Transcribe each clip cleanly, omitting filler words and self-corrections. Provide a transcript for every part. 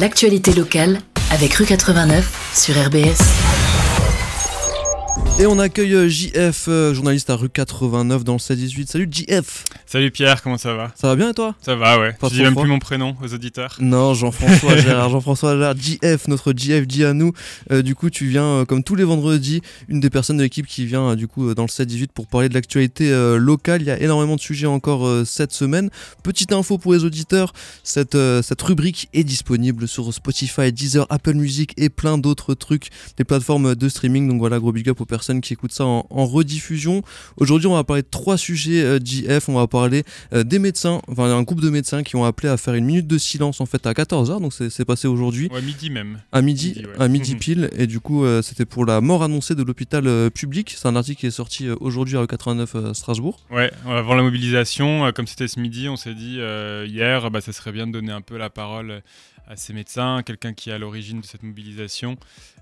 L'actualité locale avec Rue 89 sur RBS. Et on accueille JF, journaliste à Rue 89 dans le 16-18. Salut JF. Salut Pierre, comment ça va ? Ça va bien et toi ? Ça va, ouais. Pas Je dis trop même froid plus mon prénom aux auditeurs. Non, Jean-François Gérard, JF, notre JF dit à nous. Du coup, tu viens, comme tous les vendredis, une des personnes de l'équipe qui vient du coup dans le 7-18 pour parler de l'actualité locale. Il y a énormément de sujets encore cette semaine. Petite info pour les auditeurs, cette rubrique est disponible sur Spotify, Deezer, Apple Music et plein d'autres trucs, des plateformes de streaming. Donc voilà, gros big up aux personnes qui écoutent ça en rediffusion. Aujourd'hui, on va parler de 3 sujets JF. On va parler des médecins, enfin un groupe de médecins qui ont appelé à faire une minute de silence en fait à 14h, donc c'est passé aujourd'hui. Ouais, midi même. À midi, ouais. à midi pile, et du coup c'était pour la mort annoncée de l'hôpital public. C'est un article qui est sorti aujourd'hui à 89 Strasbourg. Ouais, avant la mobilisation, comme c'était ce midi, on s'est dit hier, ça serait bien de donner un peu la parole à ces médecins, quelqu'un qui est à l'origine de cette mobilisation,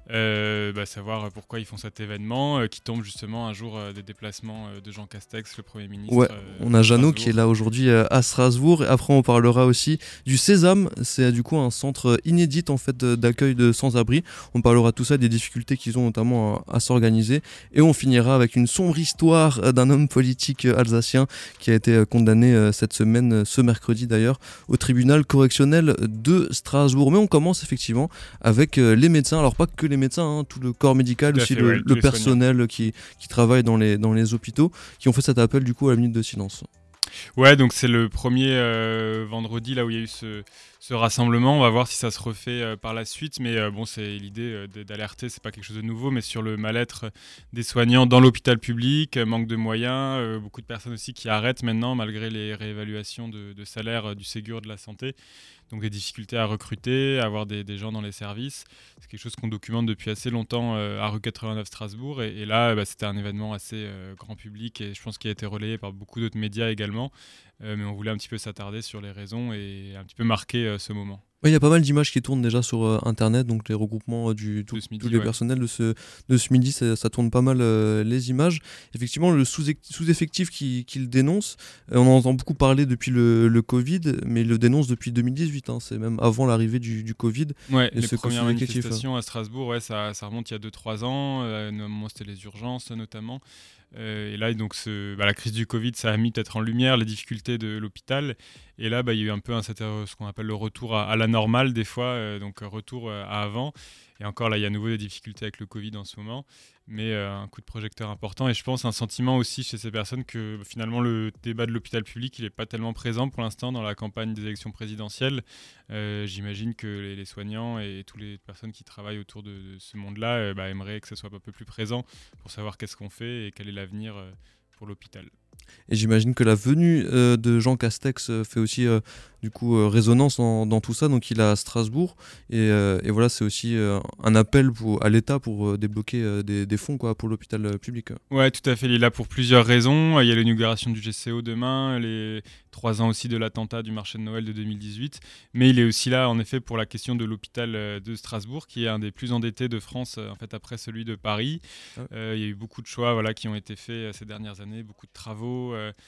savoir pourquoi ils font cet événement qui tombe justement un jour des déplacements de Jean Castex, le Premier ministre. Ouais, on a Jeannot qui est là aujourd'hui à Strasbourg. Et après on parlera aussi du Sésame, c'est du coup un centre inédit en fait d'accueil de sans-abri. On parlera de tout ça, des difficultés qu'ils ont notamment à s'organiser. Et on finira avec une sombre histoire d'un homme politique alsacien qui a été condamné cette semaine, ce mercredi d'ailleurs, au tribunal correctionnel de Strasbourg. Mais on commence effectivement avec les médecins, alors pas que les médecins, tout le corps médical, aussi le personnel qui travaille dans les hôpitaux, qui ont fait cet appel du coup à la minute de silence. Ouais, donc c'est le premier vendredi là où il y a eu ce rassemblement. On va voir si ça se refait par la suite, mais c'est l'idée d'alerter, c'est pas quelque chose de nouveau, mais sur le mal-être des soignants dans l'hôpital public, manque de moyens, beaucoup de personnes aussi qui arrêtent maintenant malgré les réévaluations de salaire du Ségur de la santé. Donc des difficultés à recruter, à avoir des gens dans les services. C'est quelque chose qu'on documente depuis assez longtemps à Rue 89 Strasbourg. Et là, c'était un événement assez grand public et je pense qu'il a été relayé par beaucoup d'autres médias également. Mais on voulait un petit peu s'attarder sur les raisons et un petit peu marquer ce moment. Il y a pas mal d'images qui tournent déjà sur internet, donc les regroupements tous les personnels de ce midi, ça tourne pas mal les images. Effectivement, le sous-effectif qu'il dénonce, on en entend beaucoup parler depuis le Covid, mais il le dénonce depuis 2018, c'est même avant l'arrivée du Covid. Ouais, les premières manifestations à Strasbourg, ça remonte il y a 2-3 ans, moment c'était les urgences notamment. Et là, donc, la crise du Covid, ça a mis peut-être en lumière les difficultés de l'hôpital. Et là, il y a eu un peu ce qu'on appelle le retour à la normale, des fois, donc retour à avant. Et encore, là, il y a à nouveau des difficultés avec le Covid en ce moment, mais un coup de projecteur important. Et je pense un sentiment aussi chez ces personnes que finalement, le débat de l'hôpital public, il n'est pas tellement présent pour l'instant dans la campagne des élections présidentielles. J'imagine que les soignants et toutes les personnes qui travaillent autour de ce monde-là aimeraient que ça soit un peu plus présent pour savoir qu'est-ce qu'on fait et quel est l'avenir pour l'hôpital. Et j'imagine que la venue de Jean Castex fait aussi résonance dans tout ça. Donc il est à Strasbourg et voilà, c'est aussi un appel à l'État pour débloquer des fonds pour l'hôpital public. Ouais, tout à fait. Il est là pour plusieurs raisons. Il y a l'inauguration du GCO demain, les 3 ans aussi de l'attentat du marché de Noël de 2018. Mais il est aussi là, en effet, pour la question de l'hôpital de Strasbourg, qui est un des plus endettés de France, en fait, après celui de Paris. Il y a eu beaucoup de choix qui ont été faits ces dernières années, beaucoup de travaux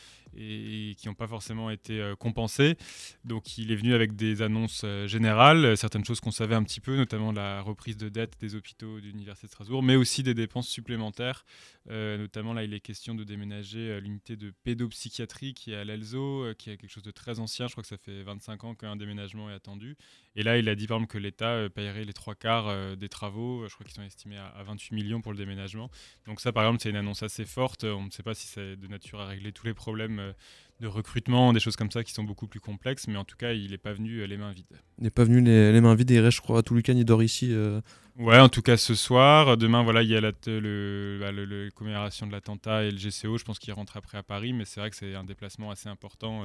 et qui n'ont pas forcément été compensés. Donc il est venu avec des annonces générales, certaines choses qu'on savait un petit peu, notamment la reprise de dette des hôpitaux de l'Université de Strasbourg, mais aussi des dépenses supplémentaires. Notamment là, il est question de déménager l'unité de pédopsychiatrie qui est à l'Elzo, qui est quelque chose de très ancien. Je crois que ça fait 25 ans qu'un déménagement est attendu. Et là, il a dit par exemple que l'État payerait les 3/4 des travaux. Je crois qu'ils sont estimés à 28 millions pour le déménagement. Donc ça, par exemple, c'est une annonce assez forte. On ne sait pas si c'est de nature à régler tous les problèmes de recrutement, des choses comme ça qui sont beaucoup plus complexes, mais en tout cas, il n'est pas venu les mains vides. Il n'est pas venu les mains vides et il reste, je crois, tout le week-end, il dort ici. Ouais, en tout cas ce soir. Demain, il y a la commémoration de l'attentat et le GCO. Je pense qu'il rentre après à Paris, mais c'est vrai que c'est un déplacement assez important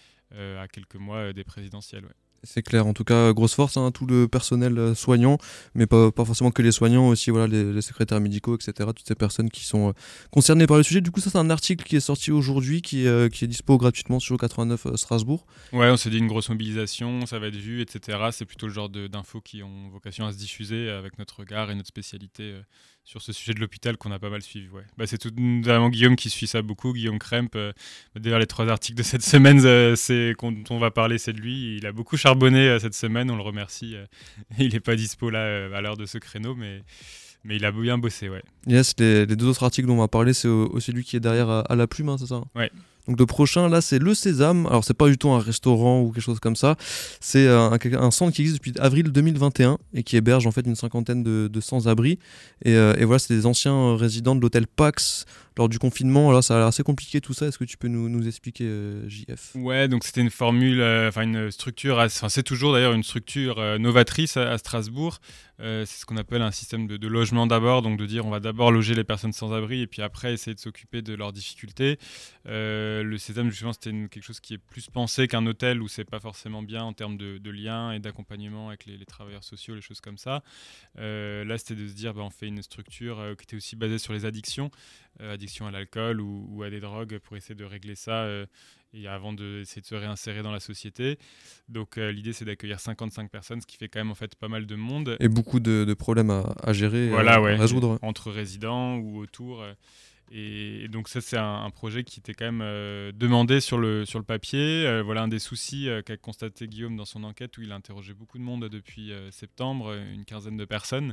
à quelques mois des présidentielles. Ouais. C'est clair, en tout cas, grosse force, tout le personnel soignant, mais pas forcément que les soignants, aussi les secrétaires médicaux, etc., toutes ces personnes qui sont concernées par le sujet. Du coup, ça, c'est un article qui est sorti aujourd'hui, qui est dispo gratuitement sur 89 Strasbourg. Ouais, on s'est dit une grosse mobilisation, ça va être vu, etc. C'est plutôt le genre d'infos qui ont vocation à se diffuser avec notre regard et notre spécialité sur ce sujet de l'hôpital qu'on a pas mal suivi. Ouais. C'est tout notamment Guillaume qui suit ça beaucoup, Guillaume Kremp. D'ailleurs, les 3 articles de cette semaine dont on va parler, c'est de lui. Il a beaucoup charbonné cette semaine, on le remercie. Il n'est pas dispo là à l'heure de ce créneau, mais il a bien bossé. Ouais. Yes, les 2 autres articles dont on va parler, c'est aussi lui qui est derrière à la plume, hein, c'est ça? Ouais. Donc le prochain, là, c'est le Sésame. Alors, c'est pas du tout un restaurant ou quelque chose comme ça. C'est un centre qui existe depuis avril 2021 et qui héberge en fait une cinquantaine de sans-abri. Et voilà, c'est des anciens résidents de l'hôtel Pax lors du confinement. Alors, ça a l'air assez compliqué tout ça. Est-ce que tu peux nous expliquer, JF? Ouais, donc c'était une formule, une structure, c'est toujours d'ailleurs une structure novatrice à Strasbourg. C'est ce qu'on appelle un système de logement d'abord, donc de dire on va d'abord loger les personnes sans abri et puis après essayer de s'occuper de leurs difficultés. Le Sésame, justement, c'était quelque chose qui est plus pensé qu'un hôtel où c'est pas forcément bien en termes de liens et d'accompagnement avec les travailleurs sociaux, les choses comme ça. Là, c'était de se dire on fait une structure qui était aussi basée sur les addictions, addiction à l'alcool ou à des drogues pour essayer de régler ça et avant d'essayer de se réinsérer dans la société. Donc l'idée c'est d'accueillir 55 personnes, ce qui fait quand même en fait pas mal de monde. Et beaucoup de problèmes à gérer, voilà, à résoudre. Entre résidents ou autour. Et donc ça c'est un projet qui était quand même demandé sur le papier. Voilà un des soucis qu'a constaté Guillaume dans son enquête où il a interrogé beaucoup de monde depuis septembre, une quinzaine de personnes.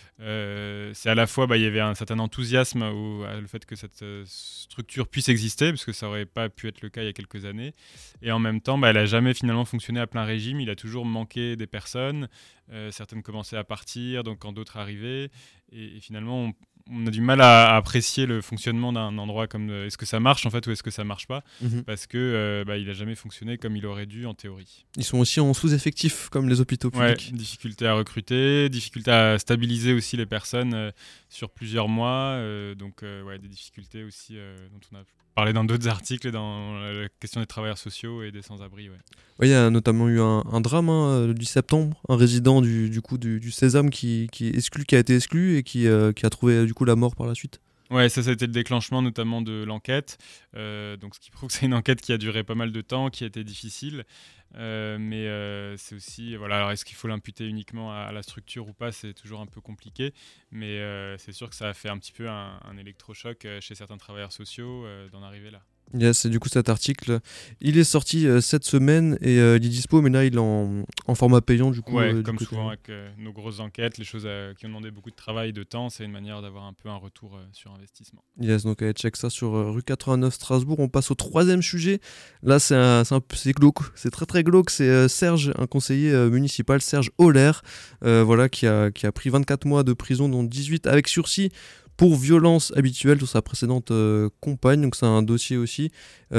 C'est à la fois il y avait un certain enthousiasme le fait que cette structure puisse exister parce que ça aurait pas pu être le cas il y a quelques années, et en même temps elle a jamais finalement fonctionné à plein régime. Il a toujours manqué des personnes, certaines commençaient à partir donc quand d'autres arrivaient, et finalement on a du mal à apprécier le fonctionnement d'un endroit comme est-ce que ça marche en fait ou est-ce que ça marche pas, parce que il a jamais fonctionné comme il aurait dû en théorie. Ils sont aussi en sous-effectif comme les hôpitaux publics. Ouais, difficulté à recruter, difficulté à stabiliser aussi les personnes sur plusieurs mois, donc des difficultés aussi dont on a parlé dans d'autres articles dans la question des travailleurs sociaux et des sans-abri. Il y a notamment eu un drame le 10 septembre, un résident du Sésame qui a été exclu et qui a trouvé du coup la mort par la suite. Ouais, ça a été le déclenchement notamment de l'enquête, donc ce qui prouve que c'est une enquête qui a duré pas mal de temps, qui a été difficile, mais c'est aussi, alors est-ce qu'il faut l'imputer uniquement à la structure ou pas, c'est toujours un peu compliqué, mais c'est sûr que ça a fait un petit peu un électrochoc chez certains travailleurs sociaux d'en arriver là. Yes, et du coup cet article, il est sorti cette semaine et il est dispo, mais là il est en format payant du coup. Comme souvent avec nos grosses enquêtes, les choses qui ont demandé beaucoup de travail et de temps, c'est une manière d'avoir un peu un retour sur investissement. Yes, donc allez check ça sur rue 89 Strasbourg. On passe au 3e sujet. Là c'est glauque, c'est très très glauque. C'est Serge, un conseiller municipal, Serge Holler, qui a pris 24 mois de prison, dont 18 avec sursis, pour violence habituelle sur sa précédente compagne. Donc c'est un dossier aussi.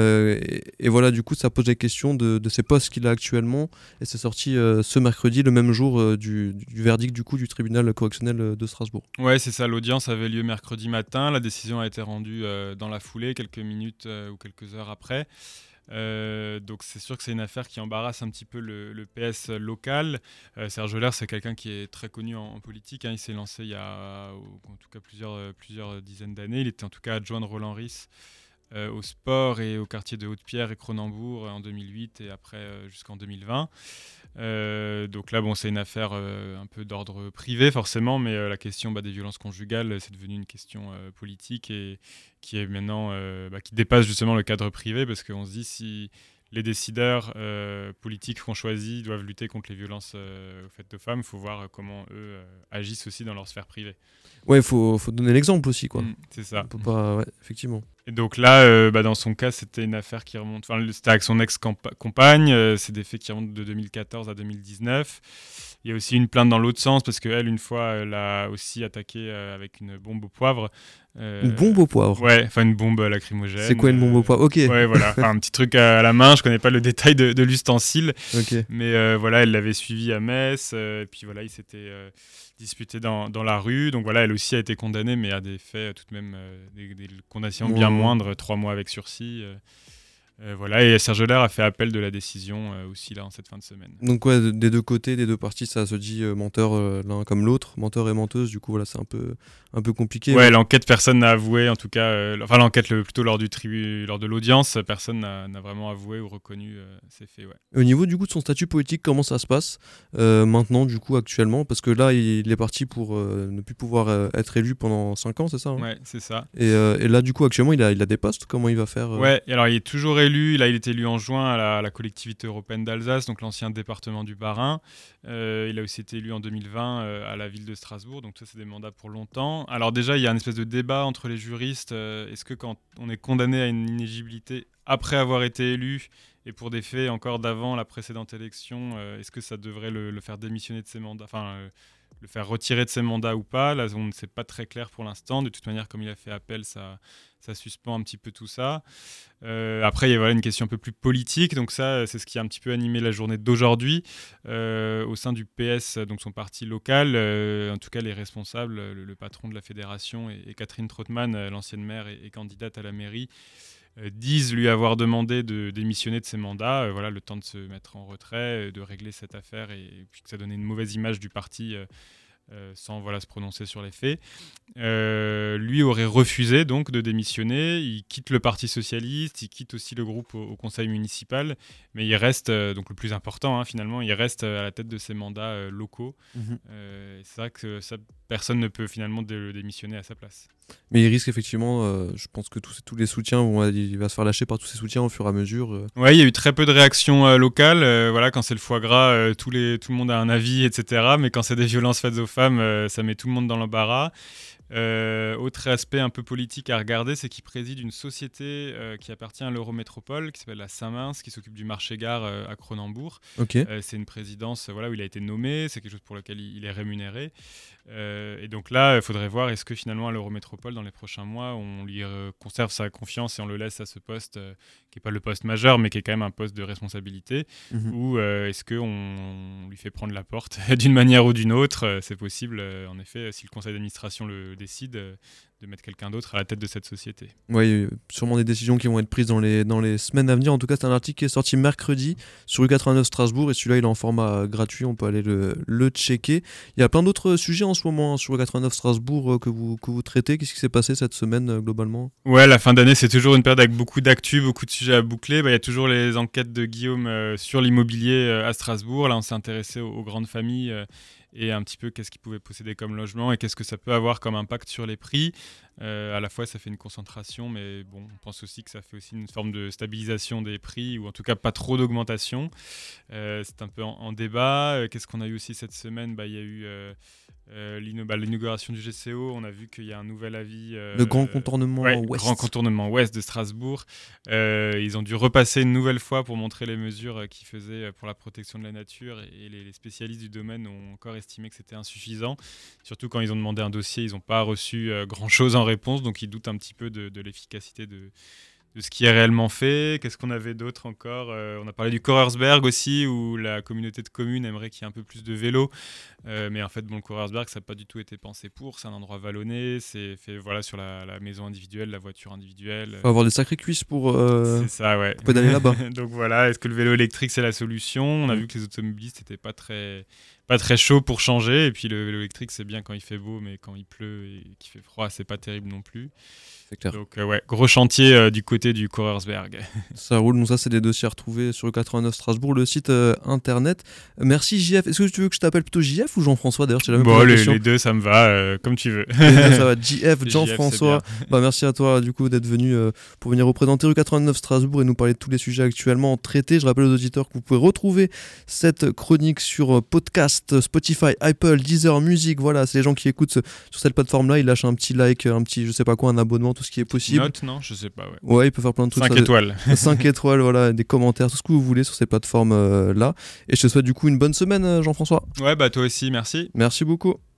Et voilà, du coup, ça pose des questions de ses postes qu'il a actuellement. Et c'est sorti ce mercredi, le même jour du verdict du tribunal correctionnel de Strasbourg. Ouais, c'est ça. L'audience avait lieu mercredi matin. La décision a été rendue dans la foulée, quelques minutes ou quelques heures après. Donc c'est sûr que c'est une affaire qui embarrasse un petit peu le PS local. Serge Holler, c'est quelqu'un qui est très connu en politique, hein. Il s'est lancé il y a en tout cas plusieurs dizaines d'années. Il était en tout cas adjoint de Roland Ris au sport et au quartier de Haute-Pierre et Cronenbourg en 2008 et après jusqu'en 2020. Donc là, c'est une affaire un peu d'ordre privé forcément, mais la question des violences conjugales, c'est devenu une question politique et qui est maintenant qui dépasse justement le cadre privé, parce qu'on se dit si les décideurs politiques qu'on choisit doivent lutter contre les violences faites aux femmes, il faut voir comment eux agissent aussi dans leur sphère privée. Ouais, il faut donner l'exemple aussi, quoi. C'est ça. On peut pas, effectivement. Et donc là, dans son cas, c'était une affaire qui remonte. C'était avec son ex-compagne. C'est des faits qui remontent de 2014 à 2019. Il y a aussi une plainte dans l'autre sens parce qu'elle, une fois, elle a aussi attaqué avec une bombe au poivre. Une bombe au poivre? Ouais, une bombe lacrymogène. C'est quoi une bombe au poivre? Ok. Ouais, voilà. Un petit truc à la main. Je connais pas le détail de l'ustensile. Okay. Mais elle l'avait suivi à Metz. Et puis voilà, il s'était disputé dans la rue. Donc voilà, elle aussi a été condamnée, mais à des faits tout de même des condamnations bien moindres, 3 mois avec sursis. Voilà, et Serge Oller a fait appel de la décision aussi là en cette fin de semaine. Donc ouais, des deux côtés, des deux parties, ça se dit menteur l'un comme l'autre, menteur et menteuse, du coup voilà, c'est un peu compliqué. Ouais, l'enquête, personne n'a avoué, en tout cas, l'enquête plutôt lors de l'audience, personne n'a vraiment avoué ou reconnu ces faits. Ouais. Au niveau du coup de son statut politique, comment ça se passe maintenant du coup actuellement, parce que là il est parti pour ne plus pouvoir être élu pendant 5 ans, c'est ça Ouais, c'est ça. Et là du coup actuellement il a des postes, comment il va faire Ouais, et alors il est toujours élu, là il est élu en juin à la collectivité européenne d'Alsace, donc l'ancien département du Bas-Rhin. Il a aussi été élu en 2020 à la ville de Strasbourg, donc ça c'est des mandats pour longtemps. Alors déjà il y a une espèce de débat entre les juristes, est-ce que quand on est condamné à une inéligibilité après avoir été élu et pour des faits encore d'avant la précédente élection, est-ce que ça devrait le faire démissionner de ses mandats, le faire retirer de ses mandats ou pas? Là, on ne sait pas très clair pour l'instant. De toute manière, comme il a fait appel, ça suspend un petit peu tout ça. Après, il y a une question un peu plus politique. Donc ça, c'est ce qui a un petit peu animé la journée d'aujourd'hui. Au sein du PS, donc son parti local, en tout cas les responsables, le patron de la fédération et Catherine Trautmann, l'ancienne maire et candidate à la mairie, disent lui avoir demandé de démissionner de ses mandats, le temps de se mettre en retrait, de régler cette affaire et puis que ça donnait une mauvaise image du parti sans se prononcer sur les faits. Lui aurait refusé donc de démissionner, il quitte le Parti Socialiste, il quitte aussi le groupe au conseil municipal, mais il reste, donc le plus important finalement, il reste à la tête de ses mandats locaux. C'est vrai que personne ne peut finalement démissionner à sa place. Mais il risque effectivement, je pense que tous les soutiens, il va se faire lâcher par tous ses soutiens au fur et à mesure. Ouais, il y a eu très peu de réactions locales. Quand c'est le foie gras, tout le monde a un avis, etc. Mais quand c'est des violences faites aux femmes, ça met tout le monde dans l'embarras. Autre aspect un peu politique à regarder, c'est qu'il préside une société qui appartient à l'Eurométropole, qui s'appelle la Saint-Mince, qui s'occupe du marché-gare à Cronenbourg. Okay. C'est une présidence où il a été nommé, c'est quelque chose pour lequel il est rémunéré. Et donc là, il faudrait voir, est-ce que finalement à l'Eurométropole, dans les prochains mois, on lui conserve sa confiance et on le laisse à ce poste, qui n'est pas le poste majeur, mais qui est quand même un poste de responsabilité, ou est-ce qu'on lui fait prendre la porte d'une manière ou d'une autre? C'est possible, en effet, si le conseil d'administration le décide, de mettre quelqu'un d'autre à la tête de cette société. Oui, sûrement des décisions qui vont être prises dans les semaines à venir. En tout cas, c'est un article qui est sorti mercredi sur U89 Strasbourg et celui-là, il est en format gratuit, on peut aller le checker. Il y a plein d'autres sujets en ce moment sur U89 Strasbourg que vous traitez. Qu'est-ce qui s'est passé cette semaine globalement? Ouais, la fin d'année, c'est toujours une période avec beaucoup d'actu, beaucoup de sujets à boucler. Il y a toujours les enquêtes de Guillaume sur l'immobilier à Strasbourg. Là, on s'est intéressé aux grandes familles et un petit peu qu'est-ce qu'ils pouvaient posséder comme logement et qu'est-ce que ça peut avoir comme impact sur les prix. À la fois, ça fait une concentration, mais bon, on pense aussi que ça fait aussi une forme de stabilisation des prix, ou en tout cas pas trop d'augmentation. C'est un peu en débat. Qu'est-ce qu'on a eu aussi cette semaine? Il y a eu l'inauguration du GCO. On a vu qu'il y a un nouvel avis. Le grand contournement ouest. Grand contournement ouest de Strasbourg. Ils ont dû repasser une nouvelle fois pour montrer les mesures qu'ils faisaient pour la protection de la nature, et les spécialistes du domaine ont encore estimé que c'était insuffisant. Surtout quand ils ont demandé un dossier, ils n'ont pas reçu grand-chose en réponse, donc ils doutent un petit peu de l'efficacité de ce qui est réellement fait. Qu'est-ce qu'on avait d'autre encore? On a parlé du Korersberg aussi, où la communauté de communes aimerait qu'il y ait un peu plus de vélos. Mais en fait, le Korersberg, ça n'a pas du tout été pensé pour. C'est un endroit vallonné, c'est fait sur la maison individuelle, la voiture individuelle. Il faut avoir des sacrées cuisses pour c'est ça, ouais. pédaler là-bas. Donc voilà, est-ce que le vélo électrique, c'est la solution? On a vu que les automobilistes n'étaient pas très chaud pour changer, et puis le vélo électrique c'est bien quand il fait beau, mais quand il pleut et qu'il fait froid c'est pas terrible non plus. C'est clair. Donc gros chantier du côté du Korersberg. Ça roule, donc ça c'est des dossiers à retrouver sur le 89 Strasbourg, le site internet. Merci JF. Est-ce que tu veux que je t'appelle plutôt JF ou Jean-François? D'ailleurs, les deux ça me va, comme tu veux. Les deux, ça va, JF, Jean-François. Merci à toi du coup d'être venu pour venir représenter rue 89 Strasbourg et nous parler de tous les sujets actuellement traités. Je rappelle aux auditeurs que vous pouvez retrouver cette chronique sur podcast, Spotify, Apple, Deezer, Music. Voilà, c'est les gens qui écoutent sur cette plateforme-là, ils lâchent un petit like, un petit, je sais pas quoi, un abonnement, tout ce qui est possible. Note, non, je sais pas. Ouais, il peut faire plein de trucs. 5 étoiles. 5 étoiles, voilà, des commentaires, tout ce que vous voulez sur ces plateformes-là. Et je te souhaite du coup une bonne semaine, Jean-François. Ouais, toi aussi, merci. Merci beaucoup.